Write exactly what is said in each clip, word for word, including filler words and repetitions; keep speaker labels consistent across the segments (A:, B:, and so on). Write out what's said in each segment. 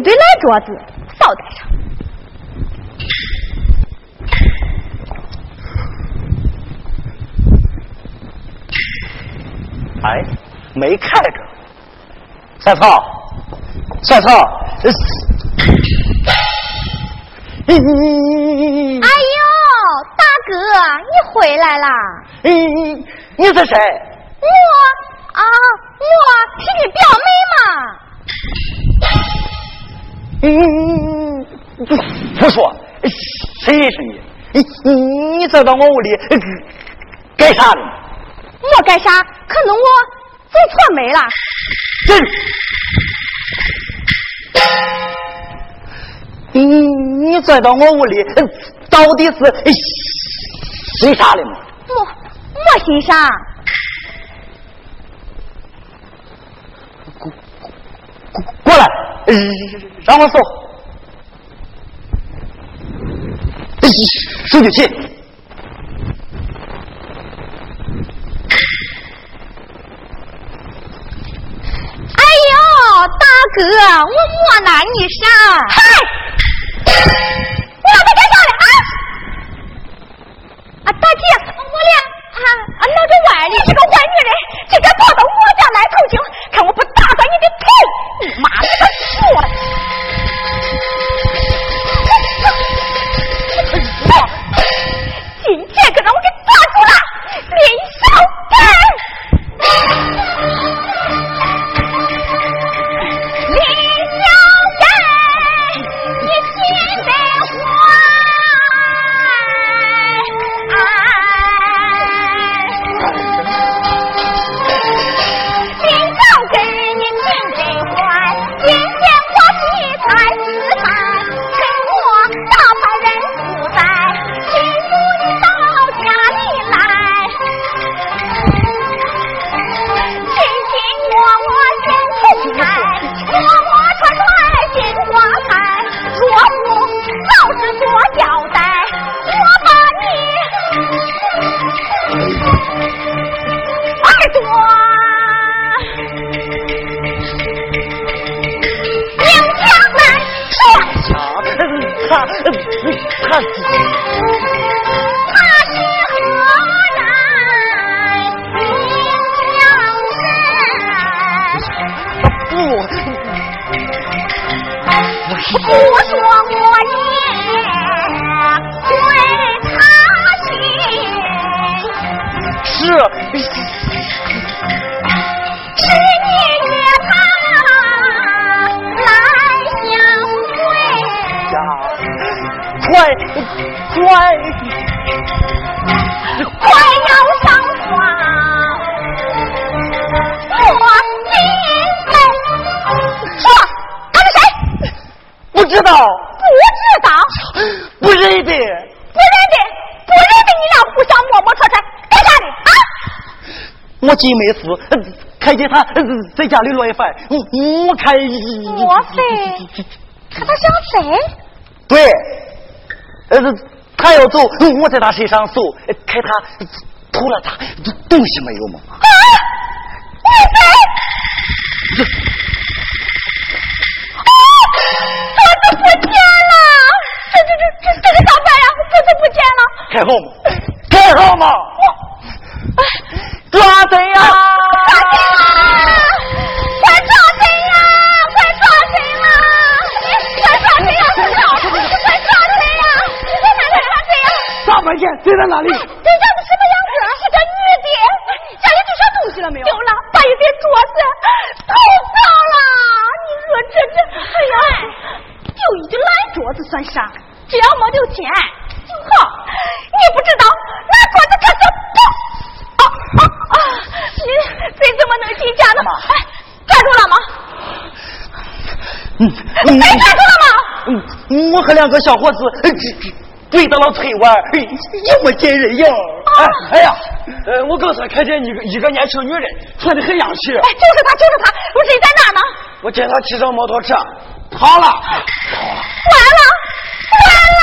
A: 堆烂桌子扫在上。
B: 哎，没开着。赛草，赛草，呃哎呦，
A: 大哥，你回来啦？
B: 你你是谁？
A: 我啊，我是你表妹
B: 嗯，
A: 嘛。
B: 不说，谁是你？你你你再到我屋里干啥呢？
A: 我干啥？可能我走错门了。
B: 真。你你再到我屋里到底是谁啥的吗？
A: 我我心啥？
B: 过过来，让我走。手举起。
A: 哎呦，大哥，我摸拿你啥？嗨，你老在干啥呢？啊！啊，大姐，我俩啊啊闹着玩呢，这个坏女人，竟然跑到我家来偷情，看我不打断你的头！你妈了个说！今天可让我给抓住了，林小干！林小干，你听得坏！林小根，你听得坏！今天我比赛吃饭，跟我大派人不在。
B: 他他
A: 他是河南名将
B: 不，
A: 不说我也对他心，
B: 是
A: 是你约他来相会
B: 呀，快快
A: 快要上床，我心累。说他是谁？
B: 不知道，
A: 不知道，
B: 不认得，
A: 不认得，不认得，你俩互相摸摸扯扯干啥的啊？
B: 我进没事，看见他在家里乱翻，我我看
A: 莫非看他像谁？
B: 对，呃，他要走，我在他身上搜，看他偷了他东西没有吗？
A: 啊！你谁？啊！桌子不见了！这这这这这是咋办呀？桌子不见了！
B: 开号吗？开号吗？
A: 我
B: 抓贼呀！
A: 抓贼啦！快抓贼呀！快抓贼啦！快抓贼呀！快抓贼呀！你在哪里抓贼呀？
B: 大半天贼在哪里？
A: 这长得什么样子？是个女的。家里丢啥东西了没有？丢了，把一边桌子偷走了。你说这这，哎呀，丢一个烂桌子算啥？只要没丢钱就好。你不知道那桌子可是不。啊啊啊！你贼怎么能进家呢？哎，抓住了吗？
B: 嗯，
A: 贼抓住了吗？
B: 嗯，我和两个小伙子追到了村外，也没见人影。
C: 哎哎呀，呃，我刚才看见一个一个年轻女人，穿得很洋气。
A: 哎，就是她，就是她，我人在哪呢？
C: 我见她骑上摩托车跑了。
A: 完了，完了！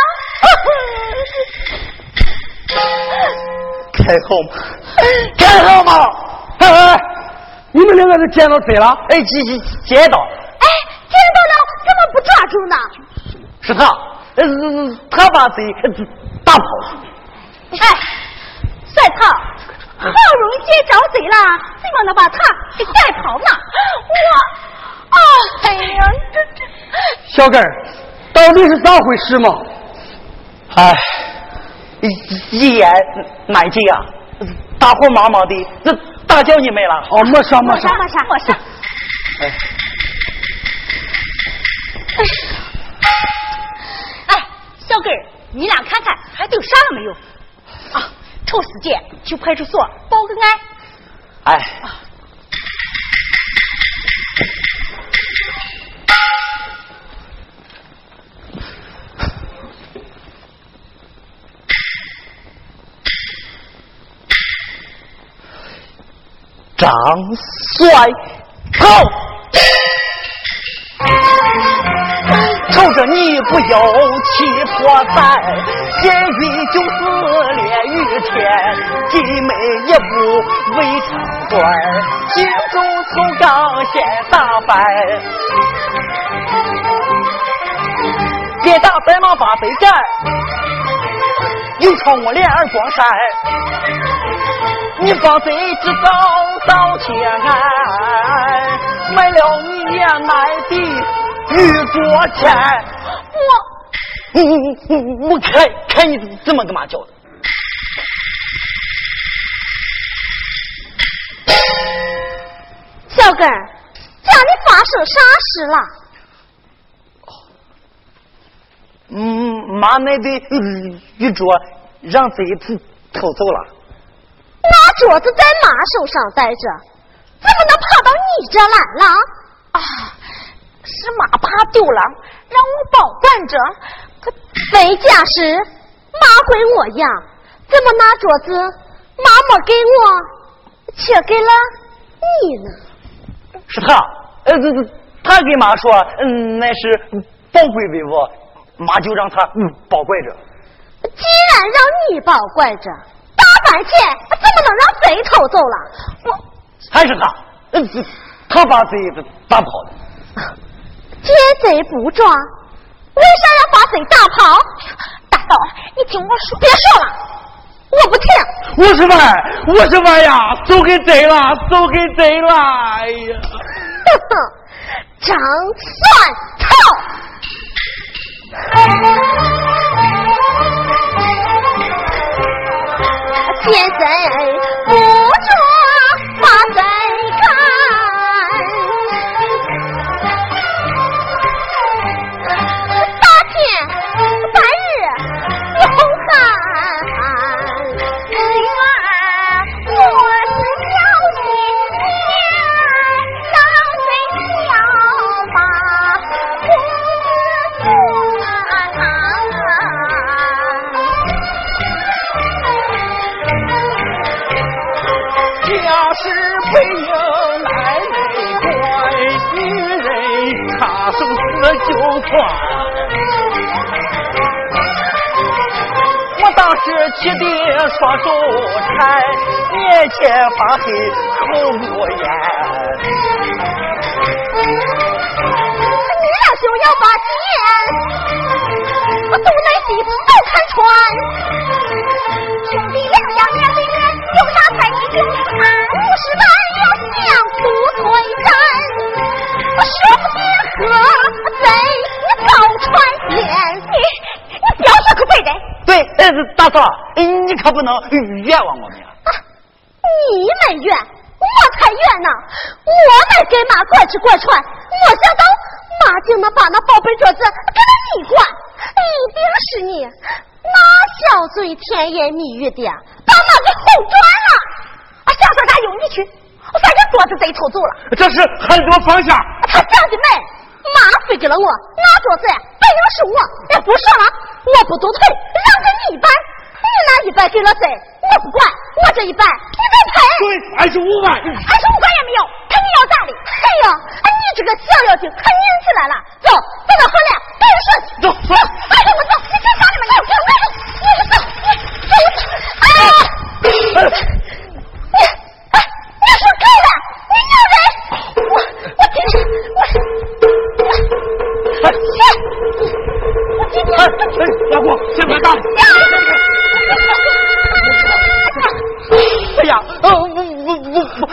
B: 开号吗？开号吗？
C: 哎哎，你们两个是见到贼了？
B: 哎，见见到。
A: 哎，见到了，怎么住呢？
B: 是他，呃，他把贼打跑了。
A: 哎，帅套，好容易接着贼了，怎么能把他给带跑呢？我，啊，哎呀，这这，
C: 小根儿，到底是咋回事嘛？
B: 哎，一言难尽啊！大伙忙忙的，这打搅你们了。
C: 哦，没事没事
A: 没事没事。
B: 哎，
A: 哎，小根儿，你俩看看还都有啥了没有？啊，臭死姐，去派出所报个案。
B: 哎。
A: 啊
B: 张帅头，瞅着你不由气破胆，监狱就撕裂于天，鸡眉也不为长短，心中从钢线打翻，别打白马把贼战，又冲我脸儿光闪，你帮贼制造盗窃案，卖了你年迈的玉镯钱。我，我我看看你怎么个嘛叫的。
A: 小根儿，家里发生啥事了？
B: 嗯，妈那的玉镯让贼偷偷走了。
A: 那镯子在马手上待着，怎么能跑到你这来了？啊，是马怕丢了，让我保管着。可回家时马归我养，怎么那镯子马没给我，却给了你呢？
B: 是他，呃，他给妈说，嗯，那是宝贵为我，妈就让他嗯保管着。
A: 既然让你保管着。大半天怎么能让贼偷走了？我
B: 还是他，嗯，他把贼打跑的。
A: 劫贼不抓，为啥要把贼打跑？大嫂，你听我说，别说了，我不听。
C: 我是玩，我是玩呀，都给贼了，都给贼了！哎呀，
A: 呵呵，张蒜头。见贼不捉，把贼看。大天白日有寒，四月我是小心眼，让贼要把胡子
C: 家是背影来没怪，女人插手死就算。我当时气得双手缠，面前发黑口无言。
A: 你俩就要把剑，我东南西北都看穿。兄弟两样面对面，有啥才你就看，五十万要相互摧残。我说不定和贼早传言，你你不要说个背人。
B: 对，呃，大嫂，你可不能冤枉我们呀！
A: 啊，你们冤，我才冤呢！我们给马管吃管穿，没想到马竟能把那宝贝镯子给了你管，一定是你那小嘴甜言蜜语的，把马给哄转了。啊，想说啥有你去，我反正镯子贼偷走了。
C: 这是很多方向。
A: 他讲的美，马非给了我，那镯子本应是我，也不说了，我不独腿，让给你一半，你那一半给了谁？我不管，我这一半你得赔。
C: 对，二十五万。
A: 二十五万也没有，看你要咋的？哎呀，你这个小妖精可拧起来了。走，走到后来，跟人说去。
C: 走走。
A: 哎呀，我走，你干啥呢嘛？你我我走，你走。哎呀，你哎，你说够了，你咬人，我我今天我。哎
B: 别打！哎呀，呃，不不不不，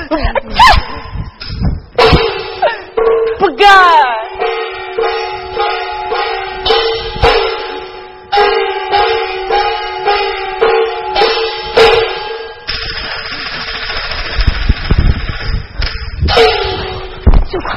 B: 不干！
A: 就他。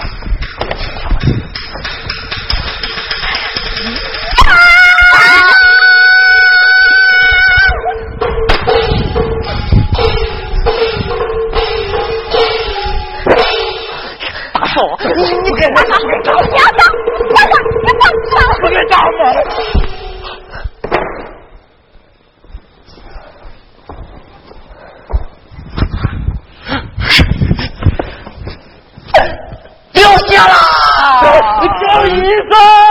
B: 你你给我，你别打我！
A: 不要打！快快，别放手！
B: 别打我！掉下了！叫医生！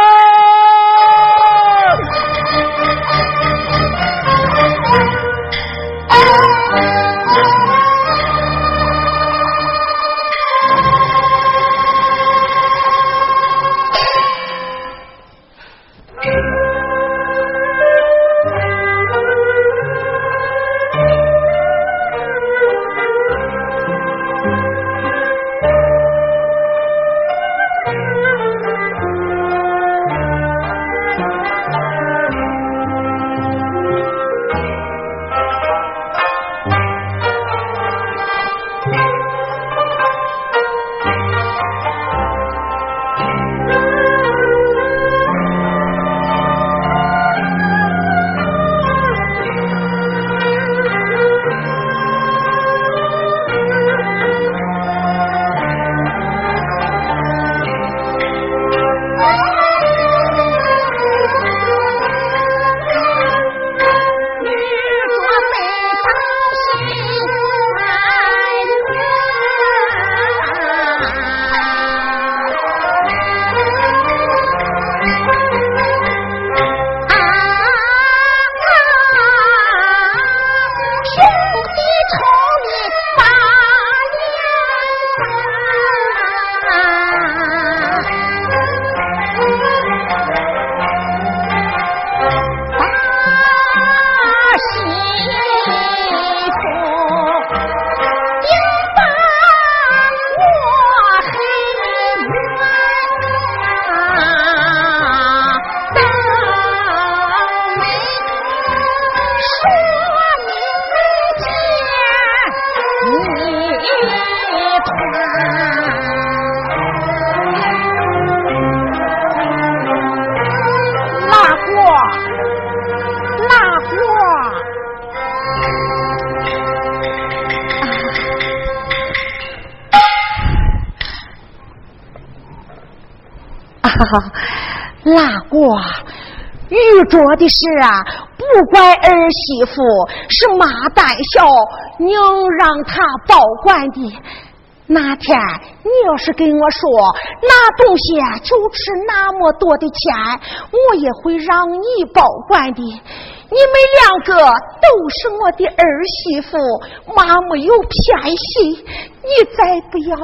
D: 拉过玉镯的事啊，不怪儿媳妇，是马胆小，娘让她保管的。那天你要是跟我说那东西就值那么多的钱，我也会让你保管的。你们两个都是我的儿媳妇，妈没有偏心，你再不要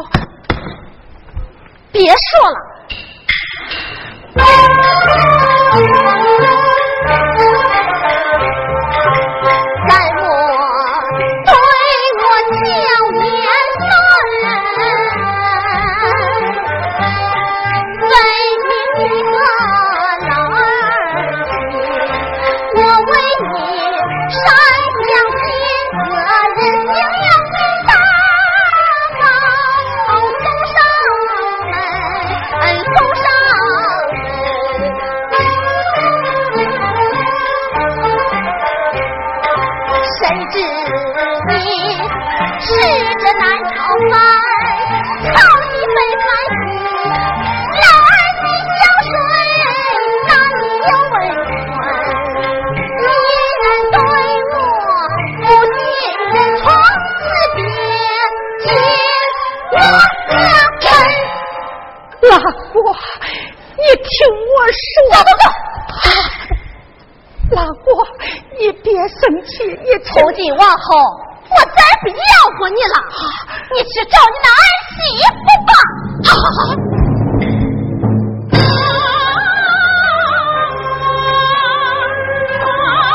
A: 别说了。在我对我巧言难为你一个老儿媳，我为你善良心和人情要最大方，送上门送上谁知你吃着南朝饭，操你非凡心，老儿你浇水，那你有温存，你人对我不信，从此别亲我两分。
D: 老郭，你听我说。
A: 走走走。
D: 老郭，你别生气，你
A: 从今往后我再不要活你了，你去找你那儿媳妇吧。好好好。啊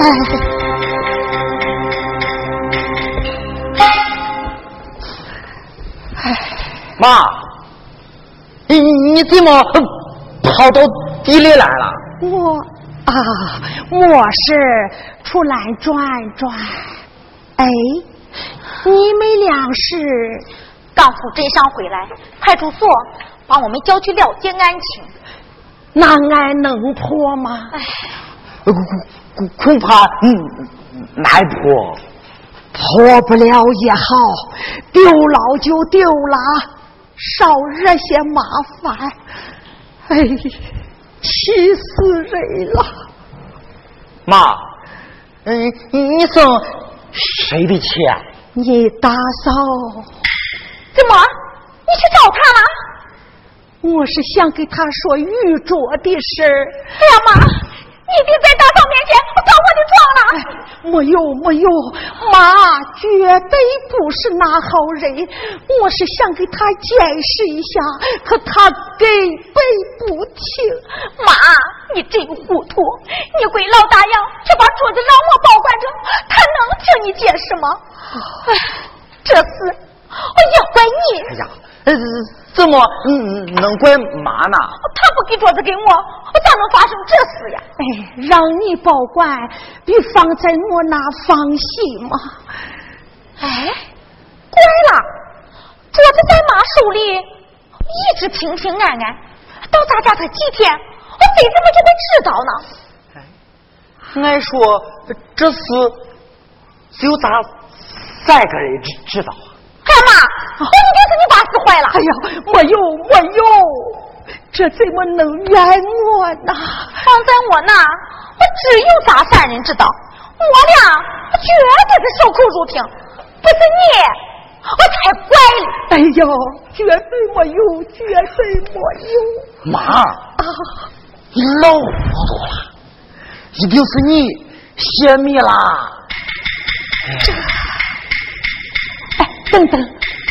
B: 妈，你你怎么跑到地里来了？
D: 我啊，我是出来转转。哎，你们俩是
A: 刚从镇上回来，派出所把我们叫去了解案情。
D: 那俺能破吗？
B: 哎，恐恐恐怕嗯难破。
D: 破不了也好，丢了就丢了，少惹些麻烦。哎，气死人了！
B: 妈，嗯，你送谁的钱？
D: 你大嫂。
A: 怎么？你去找他了？
D: 我是想给他说玉镯的事。
A: 哎呀妈！你别在大嫂面前搞我的妆了！
D: 哎，没有没有，妈绝对不是那好人。我是想给他解释一下，可他根本不听。
A: 妈，你真糊涂！你归老大娘，就把镯子让我保管着，他能听你解释吗？哎，这事我也怪你。
B: 哎呀，呃，怎么嗯能怪妈呢？
A: 他不给镯子给我，我咋能发生这事呀？
D: 哎，让你保管比放在我那放心嘛。
A: 哎，怪了，镯子在妈手里一直平平安安，到咱家才几天，我谁怎么就会知道呢？
B: 哎，俺说这事只有咱三个人知知道啊。
A: 哎妈，我一定是你把事坏了。
D: 哎呀，没有没有，这怎么能怨我呢？
A: 放在我那，我只有咱三人知道，我俩绝对是守口如瓶，不是你，我才怪了。
D: 哎呦，绝对没有，绝对没有。
B: 妈啊，你老糊涂了，一定是你泄密啦。
D: 这哎，等等，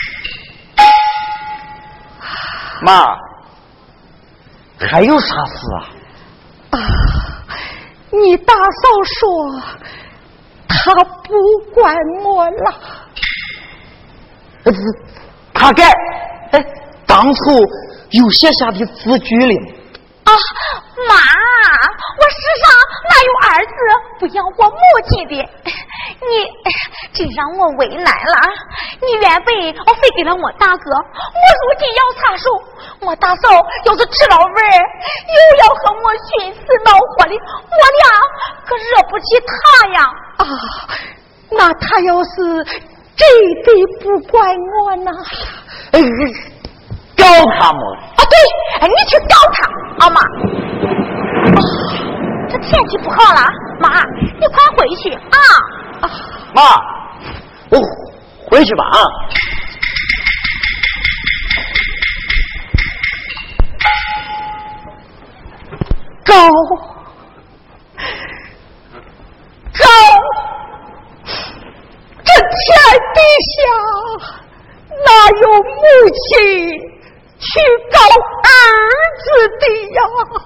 B: 妈，还有啥事啊？
D: 啊，你大嫂说她不管我了。
B: 呃，他该哎，当初有写下的字据了。
A: 啊，妈，我世上哪有儿子不养我母亲的？你真让我为难了。你原本我非给了我大哥，我如今要插手，我大嫂要是吃了味儿，又要和我寻死恼火的，我俩可惹不起他呀！
D: 啊，那他要是真的不管我呢？
B: 哎，告他们！
A: 啊，对，你去告他，啊妈。啊，这天气不好了，妈，你快回去啊！啊，
B: 妈，我回去吧啊。
D: 高高，这天底下哪有母亲去告儿子的呀？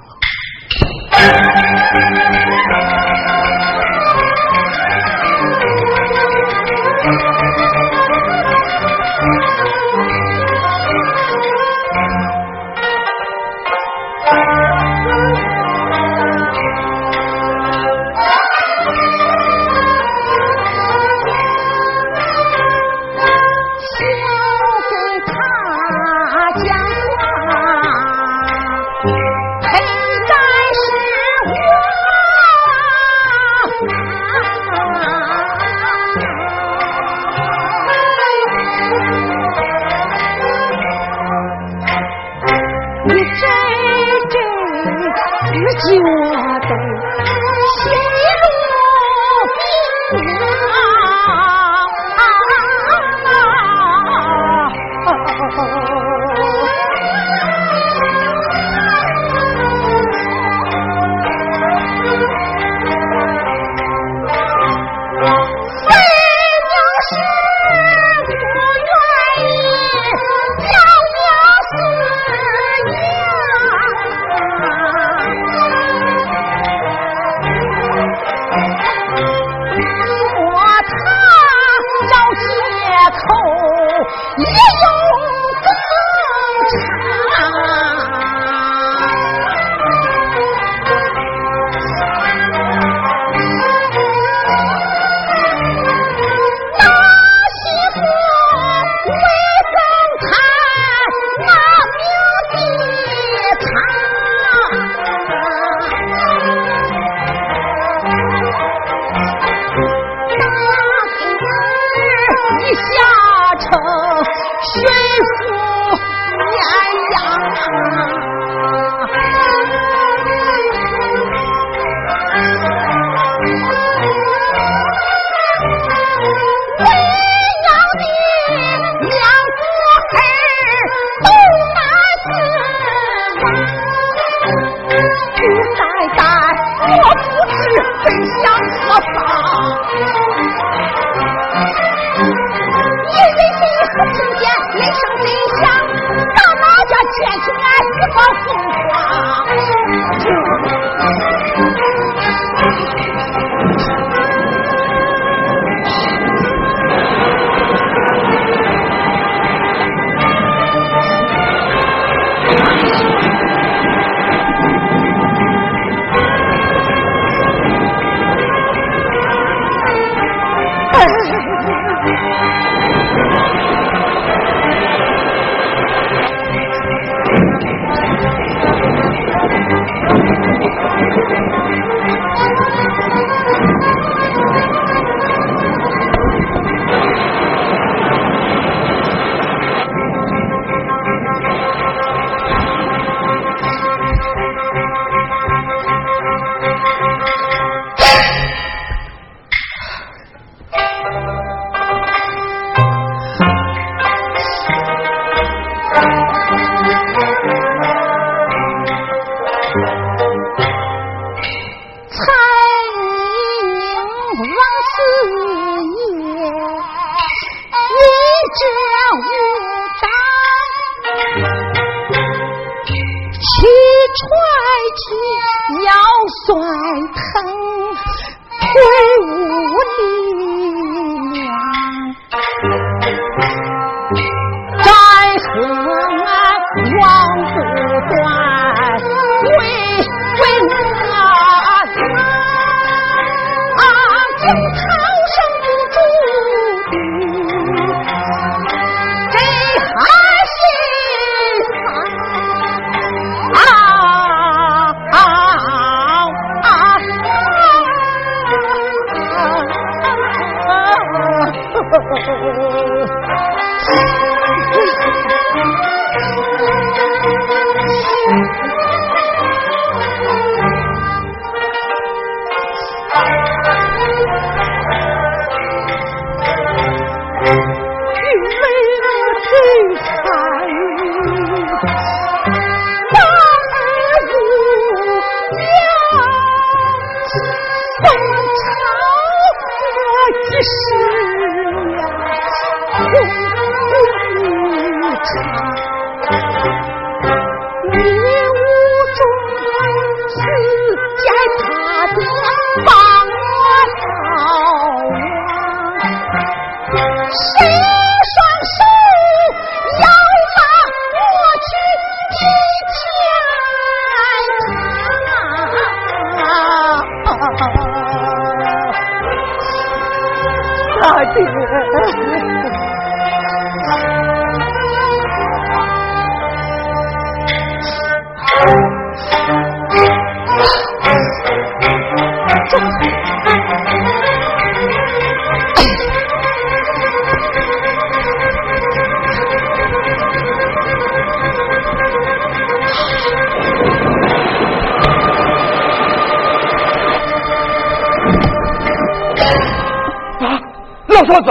C: 老嫂子，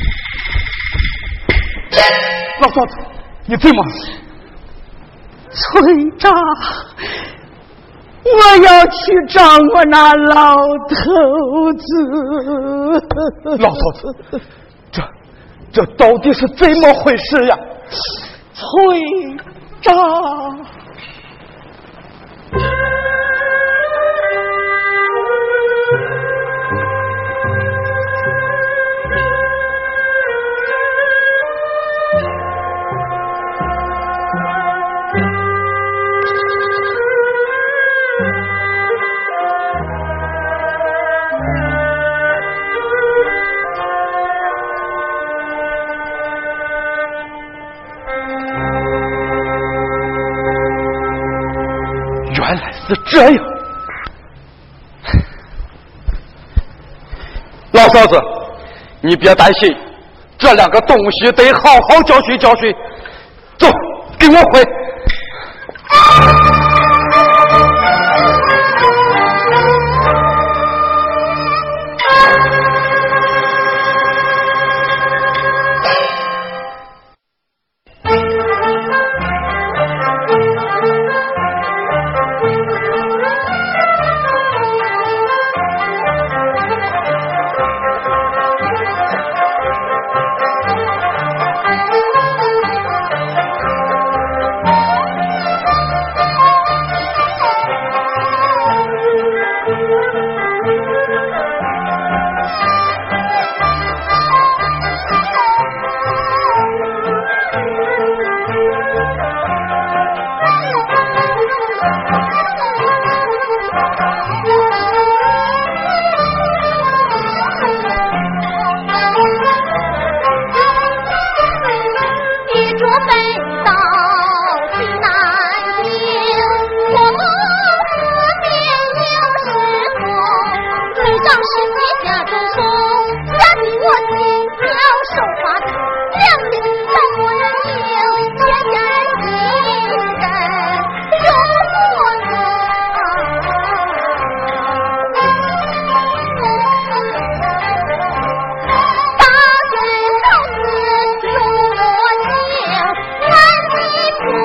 C: 老嫂子，你对吗？
D: 村长，我要去找我那老头子。
C: 老嫂子，这这到底是怎么回事呀？
D: 村长。
C: 原来是这样，老嫂子，你别担心，这两个东西得好好教训教训。走，跟我回。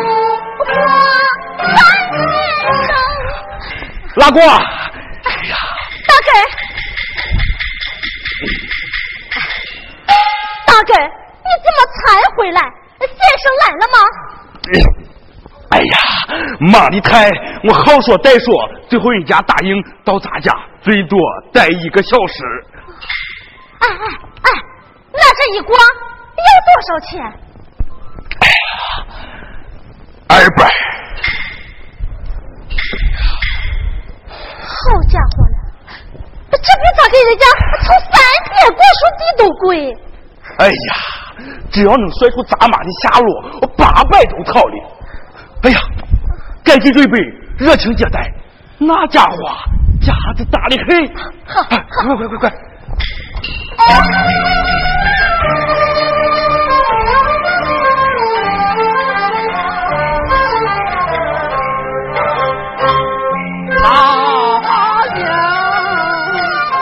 C: 大哥，哎呀，
A: 根儿，大根儿，你怎么才回来？先生来了吗？
C: 哎呀，妈的太，我好说歹说，最后人家答应到咱家最多待一个小时。
A: 哎哎哎，那这一光要多少钱？
C: 哎呀，二百。
A: 好家伙了，这比咋给人家从三天果树地都贵。
C: 哎呀，只要能算出咱妈的下落，我八百都掏的。哎呀，赶紧准备，热情接待，那家伙架子大的很。哎，快快快快快！
B: 大娘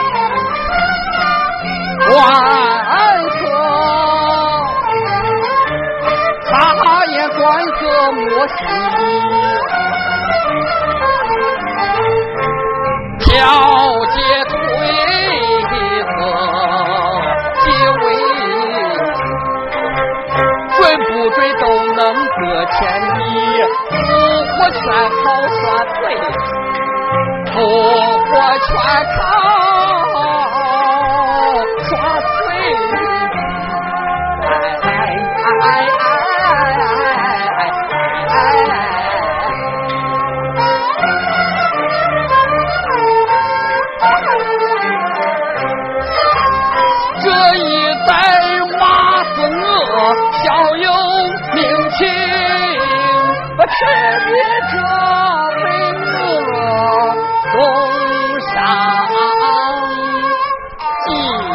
B: 观色，大爷观色莫喜，小姐推测结尾，准不准都能得千里，我劝好算对。不我全靠耍嘴，哎哎哎哎哎这一代马子我小有名气，吃别这为我东上计。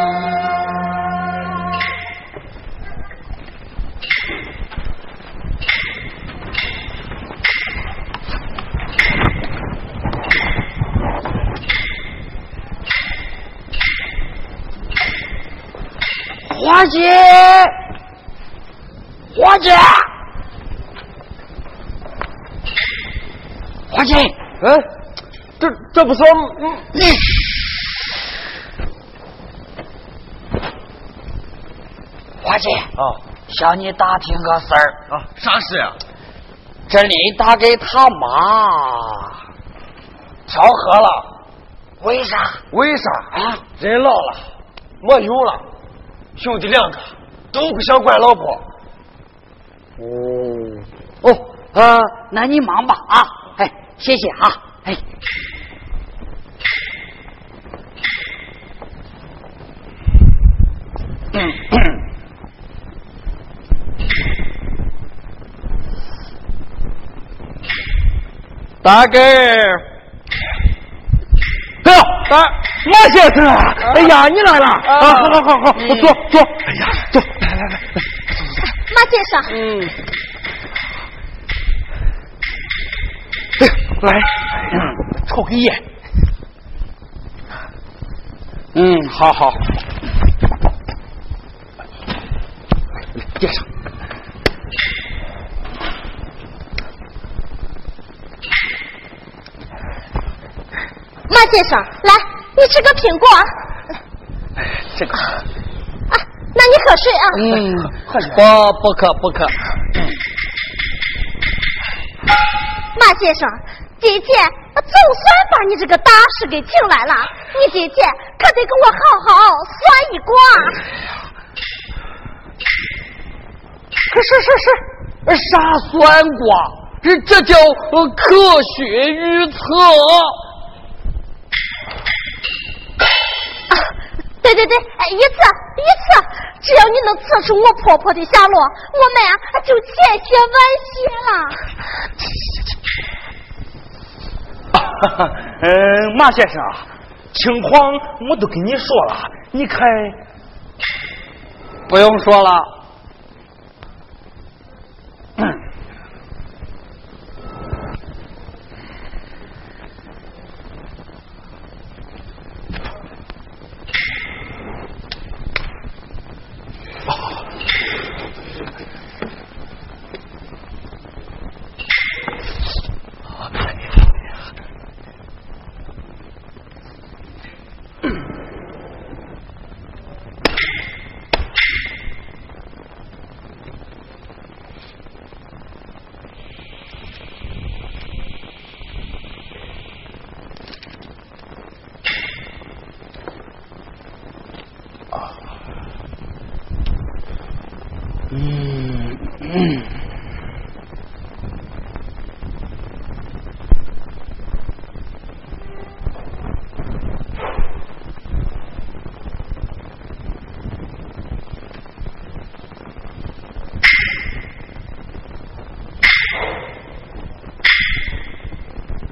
B: 花姐，花姐，花姐，
C: 嗯、哎，这这不是嗯嗯。
B: 花姐
C: 啊，
B: 向你打听个事儿
C: 啊，啥事呀、啊？
B: 这里打给他妈，
C: 巧合了。
B: 为啥？
C: 为啥
B: 啊？
C: 人老了，没用了，兄弟两个都不想管老婆。
B: 哦哦，呃，那你忙吧啊，哎，谢谢啊，哎。嗯嗯。大哥，
C: 哎呀，大马先生啊！哎呀，你来了啊！好好好好，坐坐。哎呀，坐，来来来，
A: 马先生。
C: 嗯。哎，来，嗯，抽根烟。
B: 嗯，好好。
C: 垫上。
A: 马先生，来，你吃个苹果。
C: 这个。
A: 啊，那你喝水啊。
B: 嗯，不不渴不渴。
A: 马先生，今天总算把你这个大师给请来了，你今天可得跟我好好算一卦。
B: 是是是，啥算卦？这这叫科学预测。
A: 啊，对对对，一次一次，只要你能测出我婆婆的下落，我们啊就千谢万谢
C: 了。嗯，马先生，情况我都跟你说了，你看。
B: 不用说了。嗯。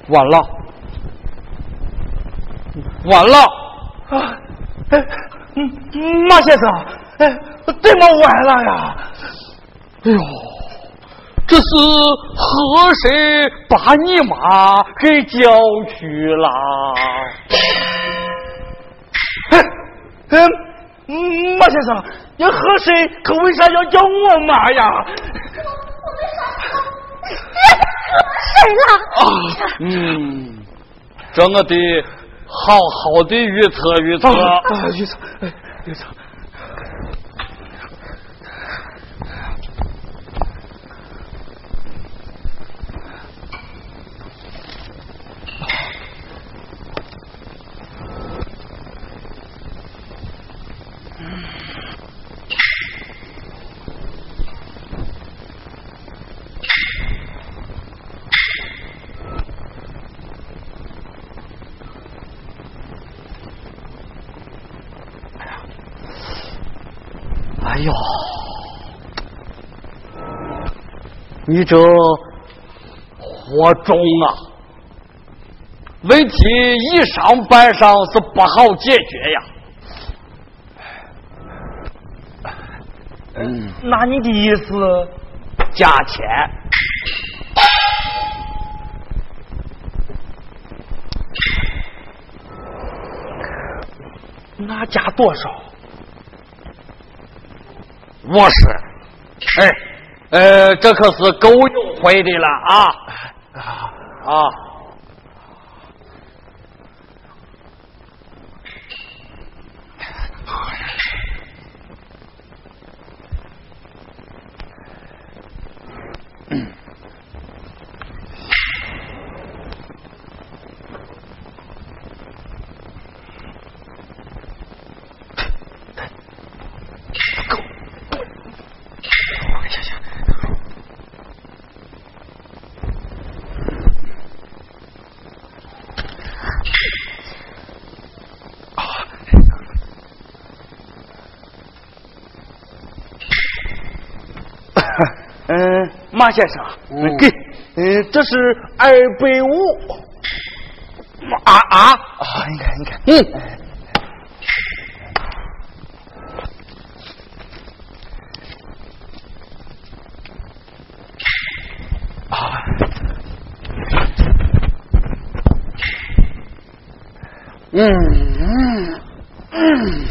C: 完了，完了啊！哎，嗯，马先生，哎，怎么完了呀？哎呦，这是和谁把你妈给叫去了？哎，嗯，马先生，你和谁？可为啥要叫我妈呀？
A: 谁了？
C: 啊，嗯，这我得好好的预测预测。啊，预测，哎，预测。哎呦，你这火中啊！问题一上半上是不好解决呀。嗯，那你的意思加钱？那加多少？我是，哎，呃，这可是够优惠的了啊啊啊！嗯。嗯，马先生，嗯，给，嗯，这是二百五。啊啊啊！你看，你看，嗯。啊。嗯嗯嗯。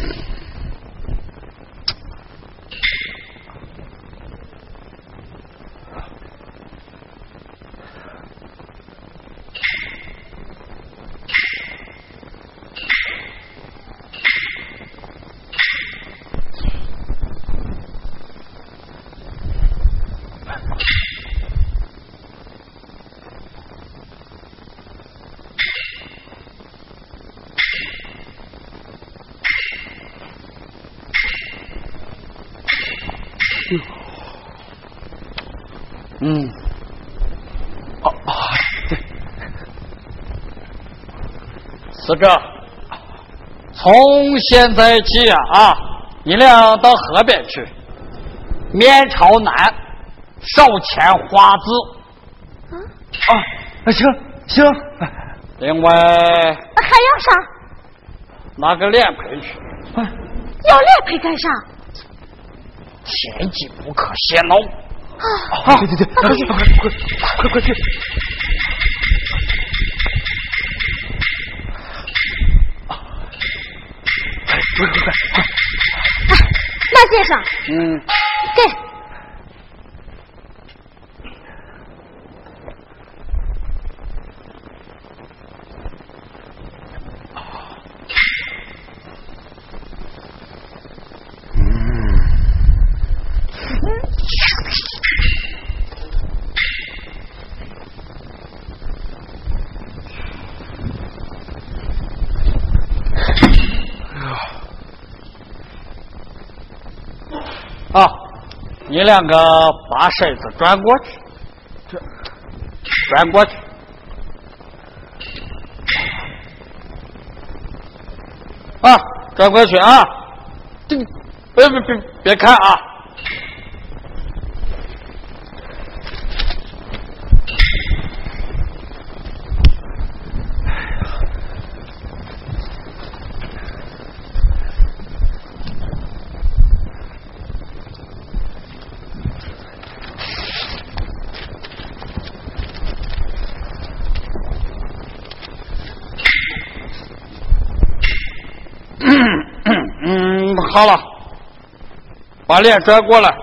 C: 嗯，哦啊，对，是这。从现在起啊啊，你俩到河边去，面朝南，少牵花子。
A: 啊
C: 啊，行行。
A: 另外还要啥？
C: 拿个脸盆去。
A: 啊，要脸盆干啥？
C: 千金不可泄露。
A: 啊！
C: 对对对，快去，快快快快去！哎，快快快快！
A: 哎，马先生，
C: 嗯，
A: 给。
C: 啊，你两个把身子转过去，这转过去。啊，转过去啊！这别别别别看啊！
E: 好了，把脸转过来，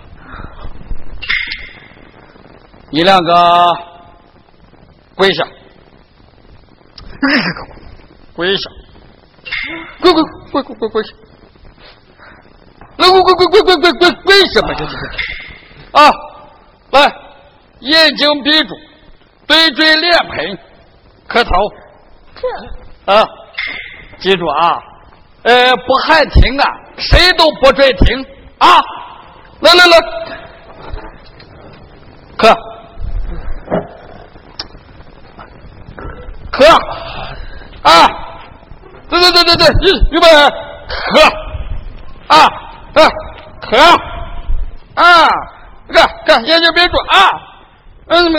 E: 你两个跪下，跪下，跪跪跪跪跪跪下，来跪跪跪跪跪跪跪跪什么？啊，来，眼睛闭住，对准脸盆，磕头。这啊，记住啊，呃，不喊停啊，谁都不准停啊！来来来，磕，磕，啊！对对对对对，预备，磕，啊啊，磕，啊，看看，眼睛闭住啊！嗯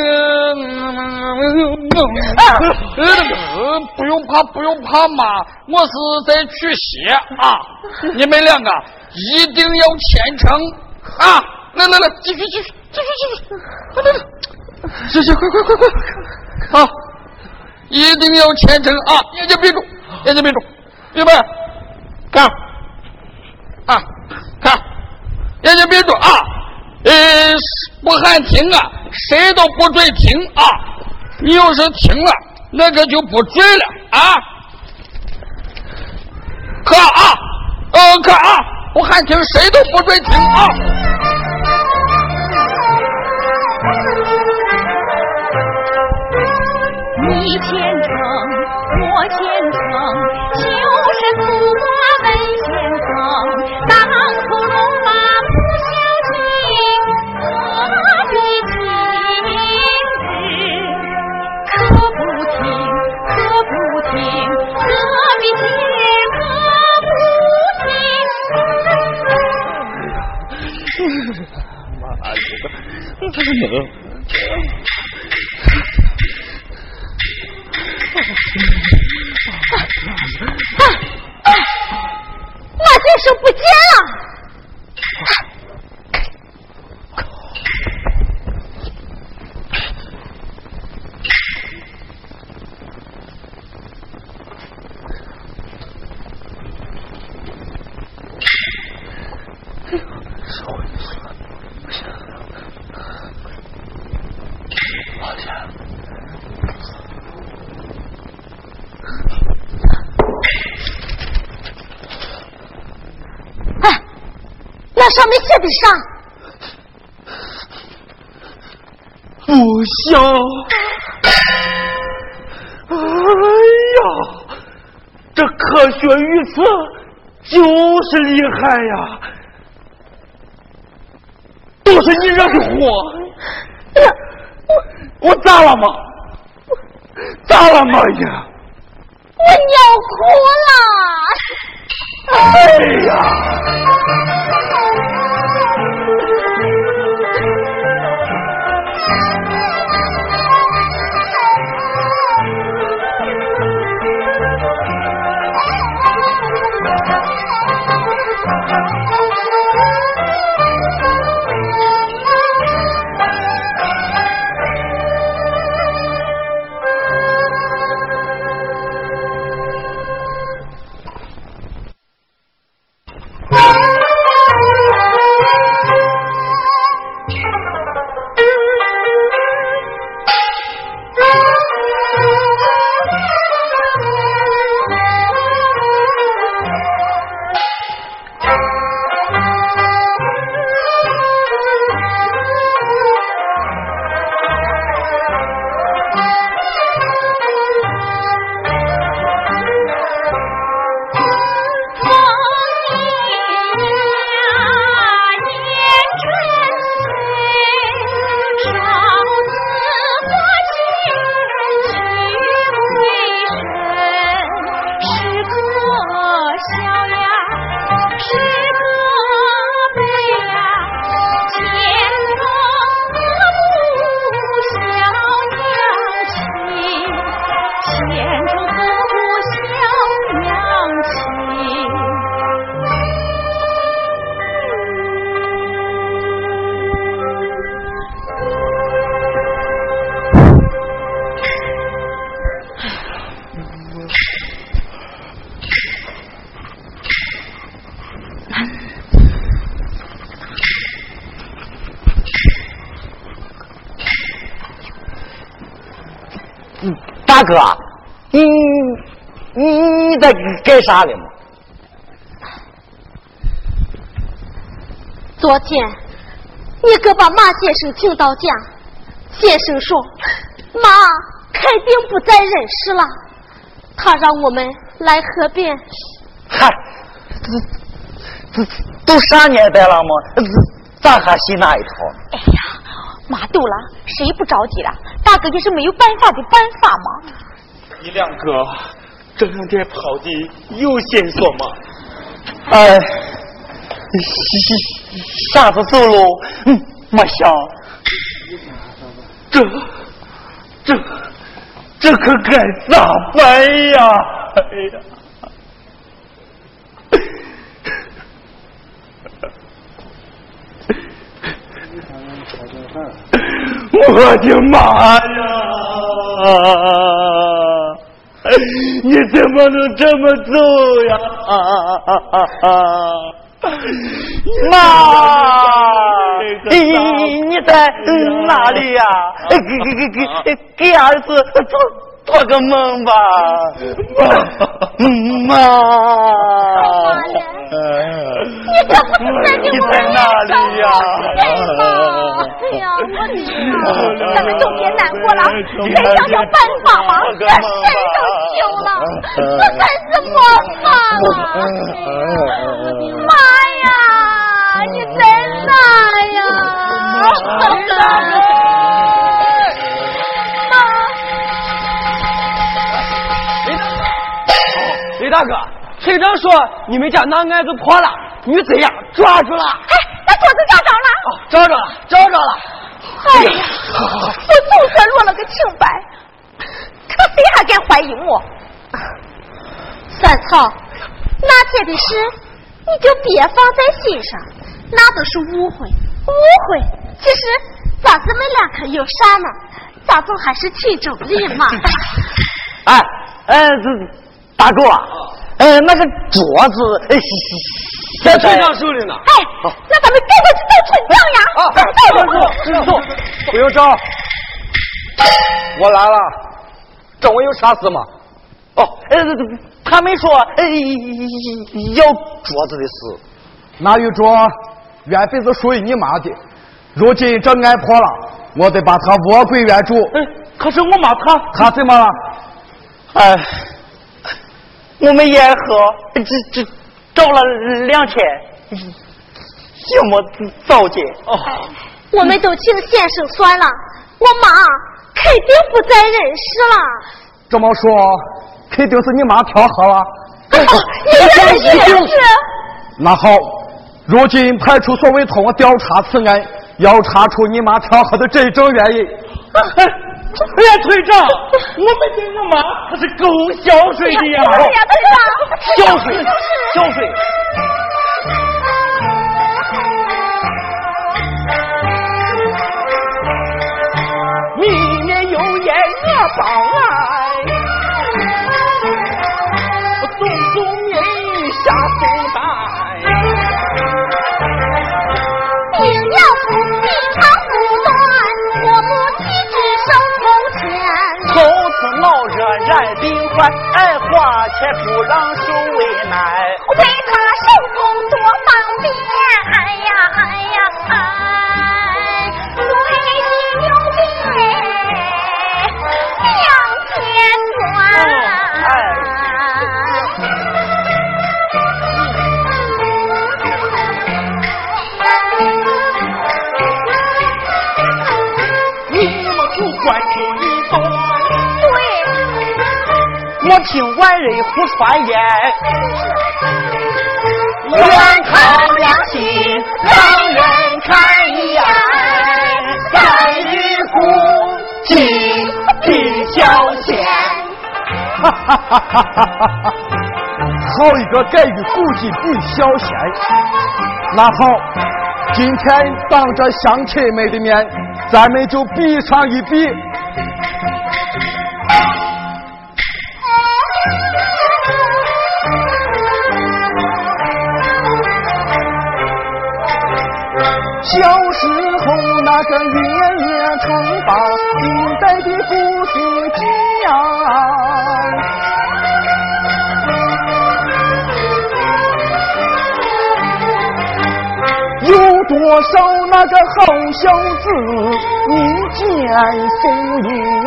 E: 嗯，不用怕，不用怕嘛，我是在取血啊！你们两个一定要虔诚啊！来来来，继续继续继续继续，来来来，行行，快快快快，好，一定要虔诚啊！眼睛闭住，眼睛闭住，预备，看，啊，看，眼睛闭住啊！呃，不喊停啊，谁都不准停啊！你要是停了，那个就不准了啊！可啊，呃，可啊，不喊停，谁都不准停啊！
A: 你虔诚，我虔诚，就是祖国文先生，当初戎马不相信，何必停止？可不停，可不停，何必停，可不停。
C: 妈的，这是能。
A: 啊啊！马先生不见了。那上面写的啥？
C: 不孝。哎呀，这科学预测就是厉害呀！都是你惹的祸。我我咋了吗？咋了吗呀？
A: 我尿
C: 哭了。哎呀！
B: 哥，你你你在干啥了吗？
A: 昨天你可把马先生请到家，先生说马肯定不在人世了，他让我们来河边。
B: 嗨，这这都啥年代了吗？咱还信那一套？
A: 哎呀，马杜了，谁不着急了？大哥也是没有办法的办法嘛。
C: 你两个这两天跑的有线索吗？
B: 哎，啥子走路？嗯，没想。
C: 这这这可该咋办呀？哎呀！我的妈呀！你怎么能这么走呀？
B: 妈，你你在哪里呀？给给给给给儿子做做个梦吧，妈。
A: 你这不是在给我
B: 在哪里呀？
A: 哎呀，我知道，咱们都别难过了，再想想办法吧，这谁都救了，这才是我妈了。妈呀，你在哪呀？
F: 李大哥，村长说你们家那案子破了，女贼呀抓住了。
A: 哎，那桌子找着了？
F: 哦，找着了，找着了。
A: 哎呀，我总算落了个清白，可谁还敢怀疑我？三草，那天的事你就别放在心上，那都是误会，误会。其实咱姊妹俩可有啥呢？咱总还是亲中人嘛。
B: 哎，呃，这。大哥啊，呃，那个桌子呃
F: 在村长手里呢。
A: 哎，那咱们赶快去找村长呀！
F: 啊，走走走，不用找，我来了。找我有啥事吗？
B: 哦，呃，他没说呃要桌子的事。
G: 那玉桌原本是属于你妈的，如今这案破了，我得把他窝归原主。
C: 哎，可是我妈她
G: 她怎么了？
B: 哎。我们也喝，这这找了两天，也没找见。
C: 哦，
A: 我们都请先生算了，我妈肯定不在人世了。
G: 这么说，肯定是你妈跳河了。
A: 你这是是。
G: 那好，如今派出所委托我调查此案，要查出你妈跳河的真正原因。
C: 哎呀，村长，我们对我妈可是够孝顺的呀！
A: 对呀，对呀，
B: 孝顺，孝顺。
C: 里面有言我报来，松松绵雨下松带，
A: 定要不比长不短，我母亲只手头钱。
B: 从此闹热染病患，哎，花钱不让受为难。
A: 为他手工多方便，哎呀哎呀哎，最近有病两千转。
C: 你们不管听一段，
A: 对，
B: 我听外人胡传言，
A: 远看良心让人看眼，在于古今必消遣。
G: 哈哈哈哈哈哈！好一个盖于古今必消遣。那好，今天当着乡亲们的面，咱们就比上一比。小时候那个爷爷常把近代的故事讲， 手那个好小子，你见宋一阳。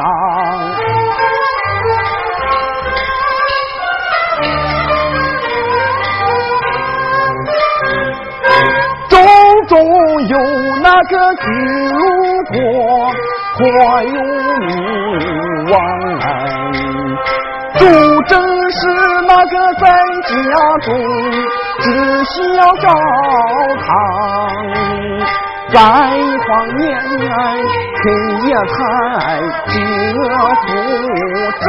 G: 州中有那个巨鹿国，颇有名望哎。周正是那个在家中只需要照堂，在荒年黑夜开几个负债，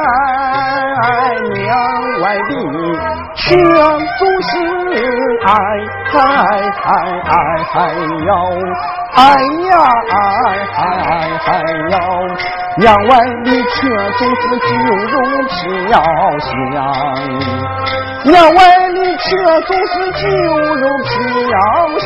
G: 两外里全都是爱爱爱爱爱哟，哎呀哎哎哎哟，两外里却总是酒肉飘香，两外里却总是酒肉飘香。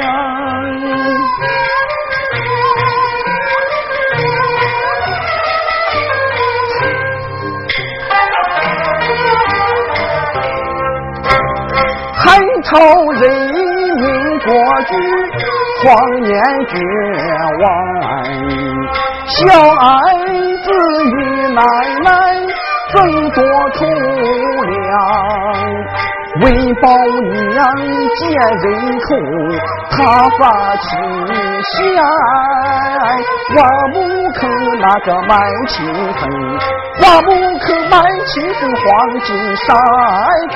G: 汉朝人民国居荒年绝望，小儿子与奶奶争夺储粮，为保娘见人口，他发起嫌，挖木坑那个卖青坟，挖木坑卖青坟黄金晒光。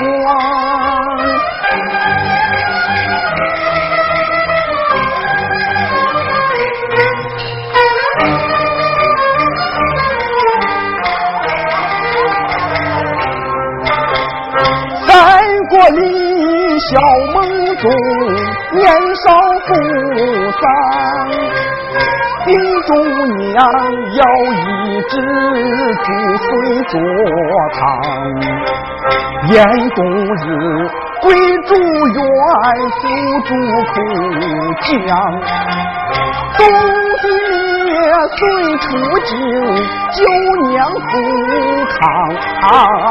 G: 过里小梦中年少负丧，病中娘要医治煮水做汤，严冬日归住院扶助苦将，冬季烈岁出京救娘复康啊，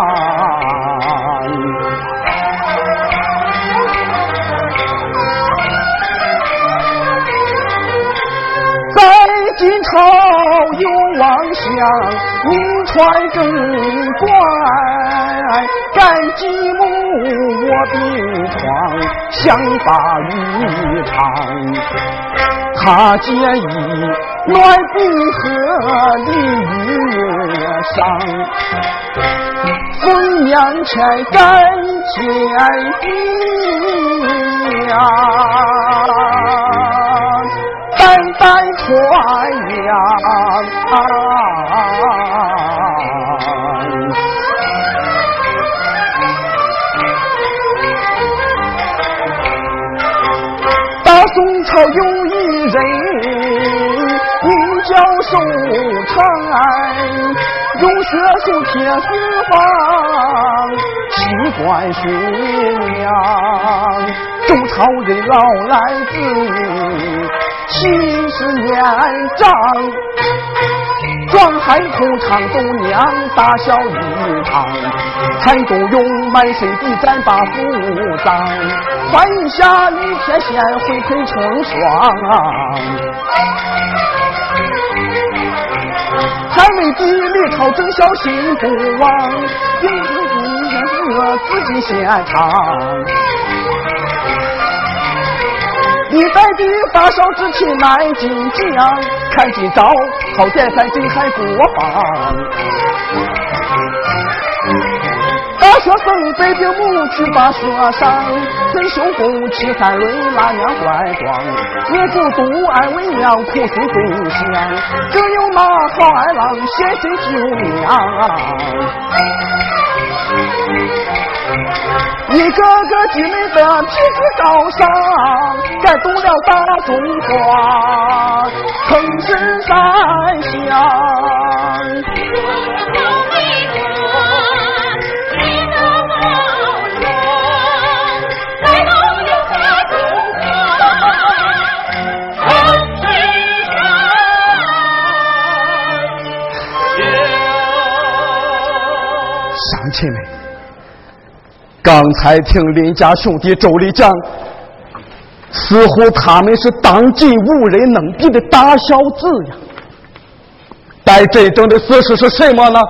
G: 晋朝有王相，名传更怪，干继母我病床，想把鱼肠，他借意暖冰河鲤鱼上，凤娘前干前地呀，代代传扬啊！大宋朝有一人名叫寿长，用血手铁丝房，奇怪学娘，周朝人老来子。七十年长，壮汉口长斗娘，大小一场，才都用满身的战把服当，换下一天线回馈成双，还未地历朝正小心不忘，定自己热自己现场。一代的发烧之气乃金将，看今朝好点三金还不放。大学生北平母去把学上，退休后七三轮拉娘乖装，业主独爱为娘苦心贡献，更有马好二郎献身救娘。一个个俊美的皮子高尚，感动了大中华，腾身山下。乡亲们，刚才听林家兄弟周里讲， 似乎他们是当今无人能比的大小子呀。但真正的事实是什么呢？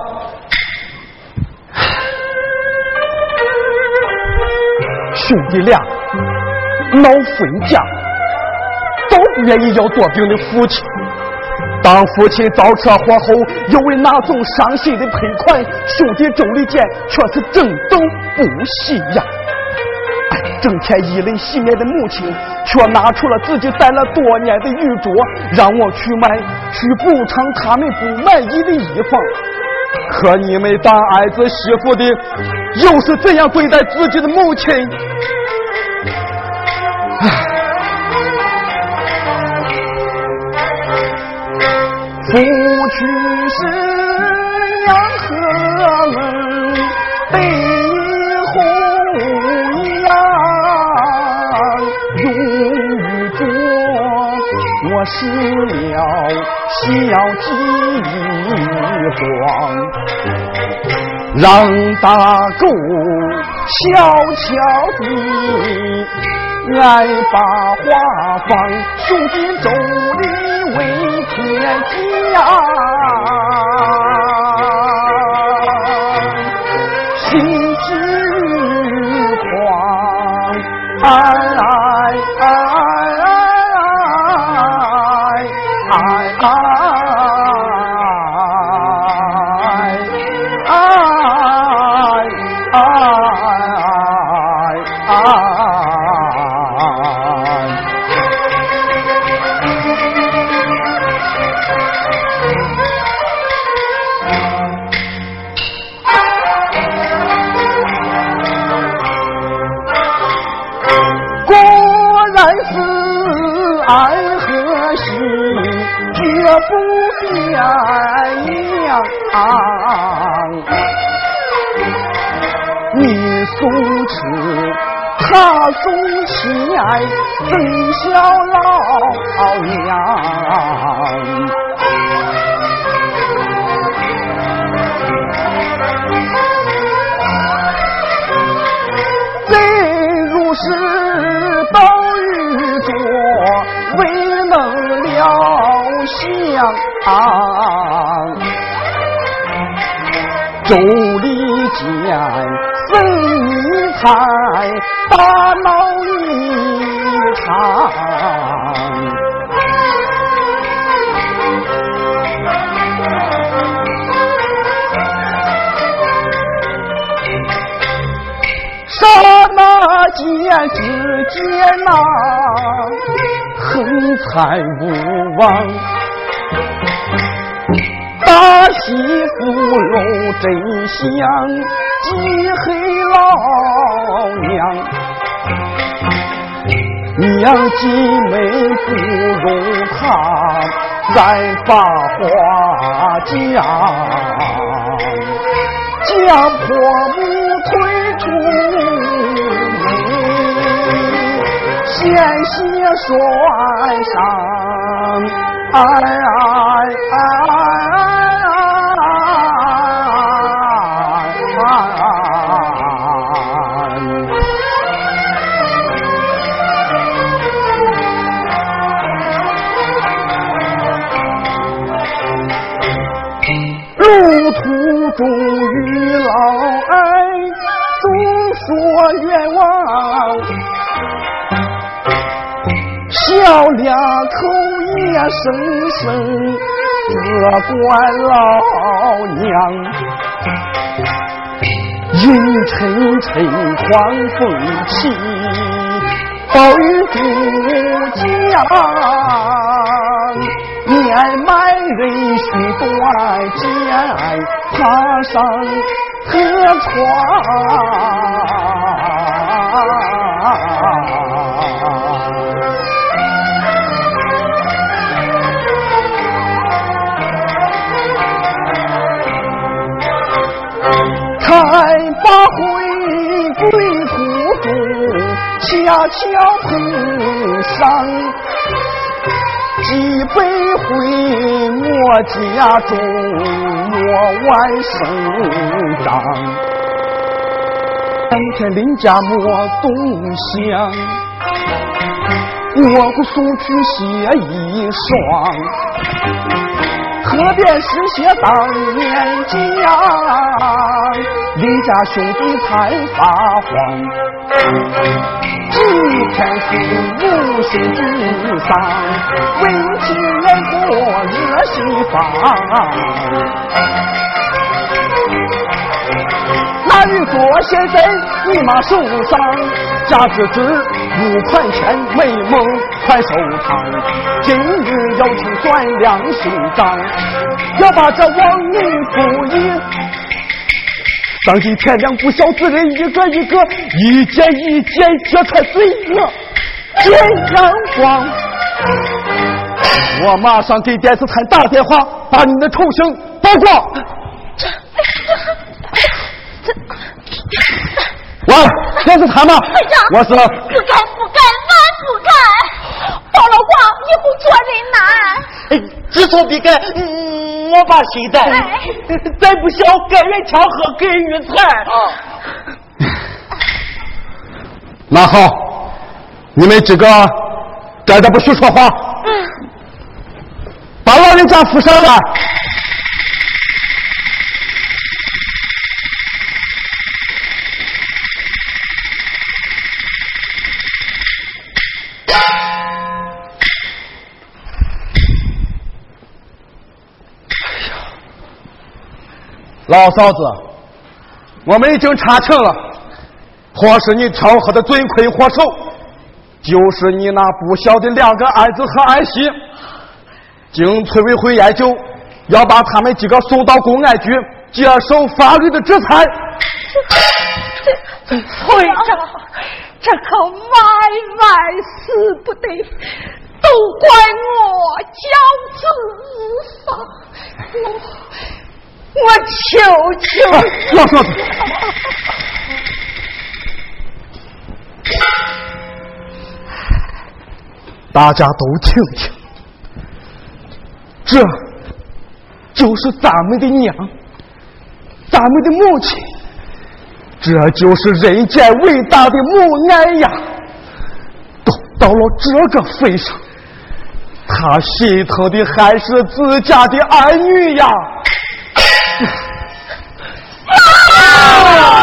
G: 兄弟俩闹分家，都不愿意要多病的父亲。当父亲遭车祸后，又为那种伤心的赔款，兄弟周立坚却是争斗不息呀。哎，整天以泪洗面的母亲，却拿出了自己戴了多年的玉镯，让我去买，去补偿他们不满意的衣服。可你们当儿子媳妇的，又是怎样对待自己的母亲？唉，夫去是两河门，背后一样，用玉镯我失了小鸡光，让大狗悄悄地爱把话放，兄弟周立为天家，心之狂，哎哎哎哎哎不变样，你送吃，他送亲爱，真小老娘。真如是到玉镯，未能了想。周立坚分一台，大闹一场。刹那间之间呐，横财无望。大媳妇露真相，记黑老娘，娘继妹不容她再把话讲，将婆母推出门，险些摔伤，哎哎哎路途中与老爱总说冤枉，小两口也声声责怪老娘，阴沉沉狂风起，暴雨不降，年迈人须断剑，爬上河床。才把回归途中恰巧碰上，几杯回我家中我外甥长，当天邻家莫动香， 我不送去血一双，可便是些当年将，李家兄弟才发慌，几天是无心之丧，为其人过热心房。那日做先生立马受伤，家之子五块钱美梦快收藏，今日要请算两新账，要把这亡命补一。当今天亮不孝之人一个一个一件一件揭开罪恶见阳光。我马上给电视台打电话，把你的丑行曝光。喂，电视台吗？
A: 队长，
G: 我是。
A: 不敢不敢，万不敢！包老光以后做人难。
B: 知错必改，嗯，我把心带。再不孝，该人强喝，给人菜。
G: 啊。那好，你们几个站着不许说话。嗯。把老人家扶上来。老嫂子，我们已经查清了，或是你挑喝的罪魁祸首，就是你那不孝的两个儿子和儿媳。经村委会研究，要把他们几个送到公安局接受法律的制裁。
D: 村长，这可万万死不得，都怪我教子无方。我我求求
G: 你，老嫂子，大家都听听，这就是咱们的娘，咱们的母亲，这就是人间伟大的母爱呀！都到了这个份上，他心疼的还是自家的儿女呀！啊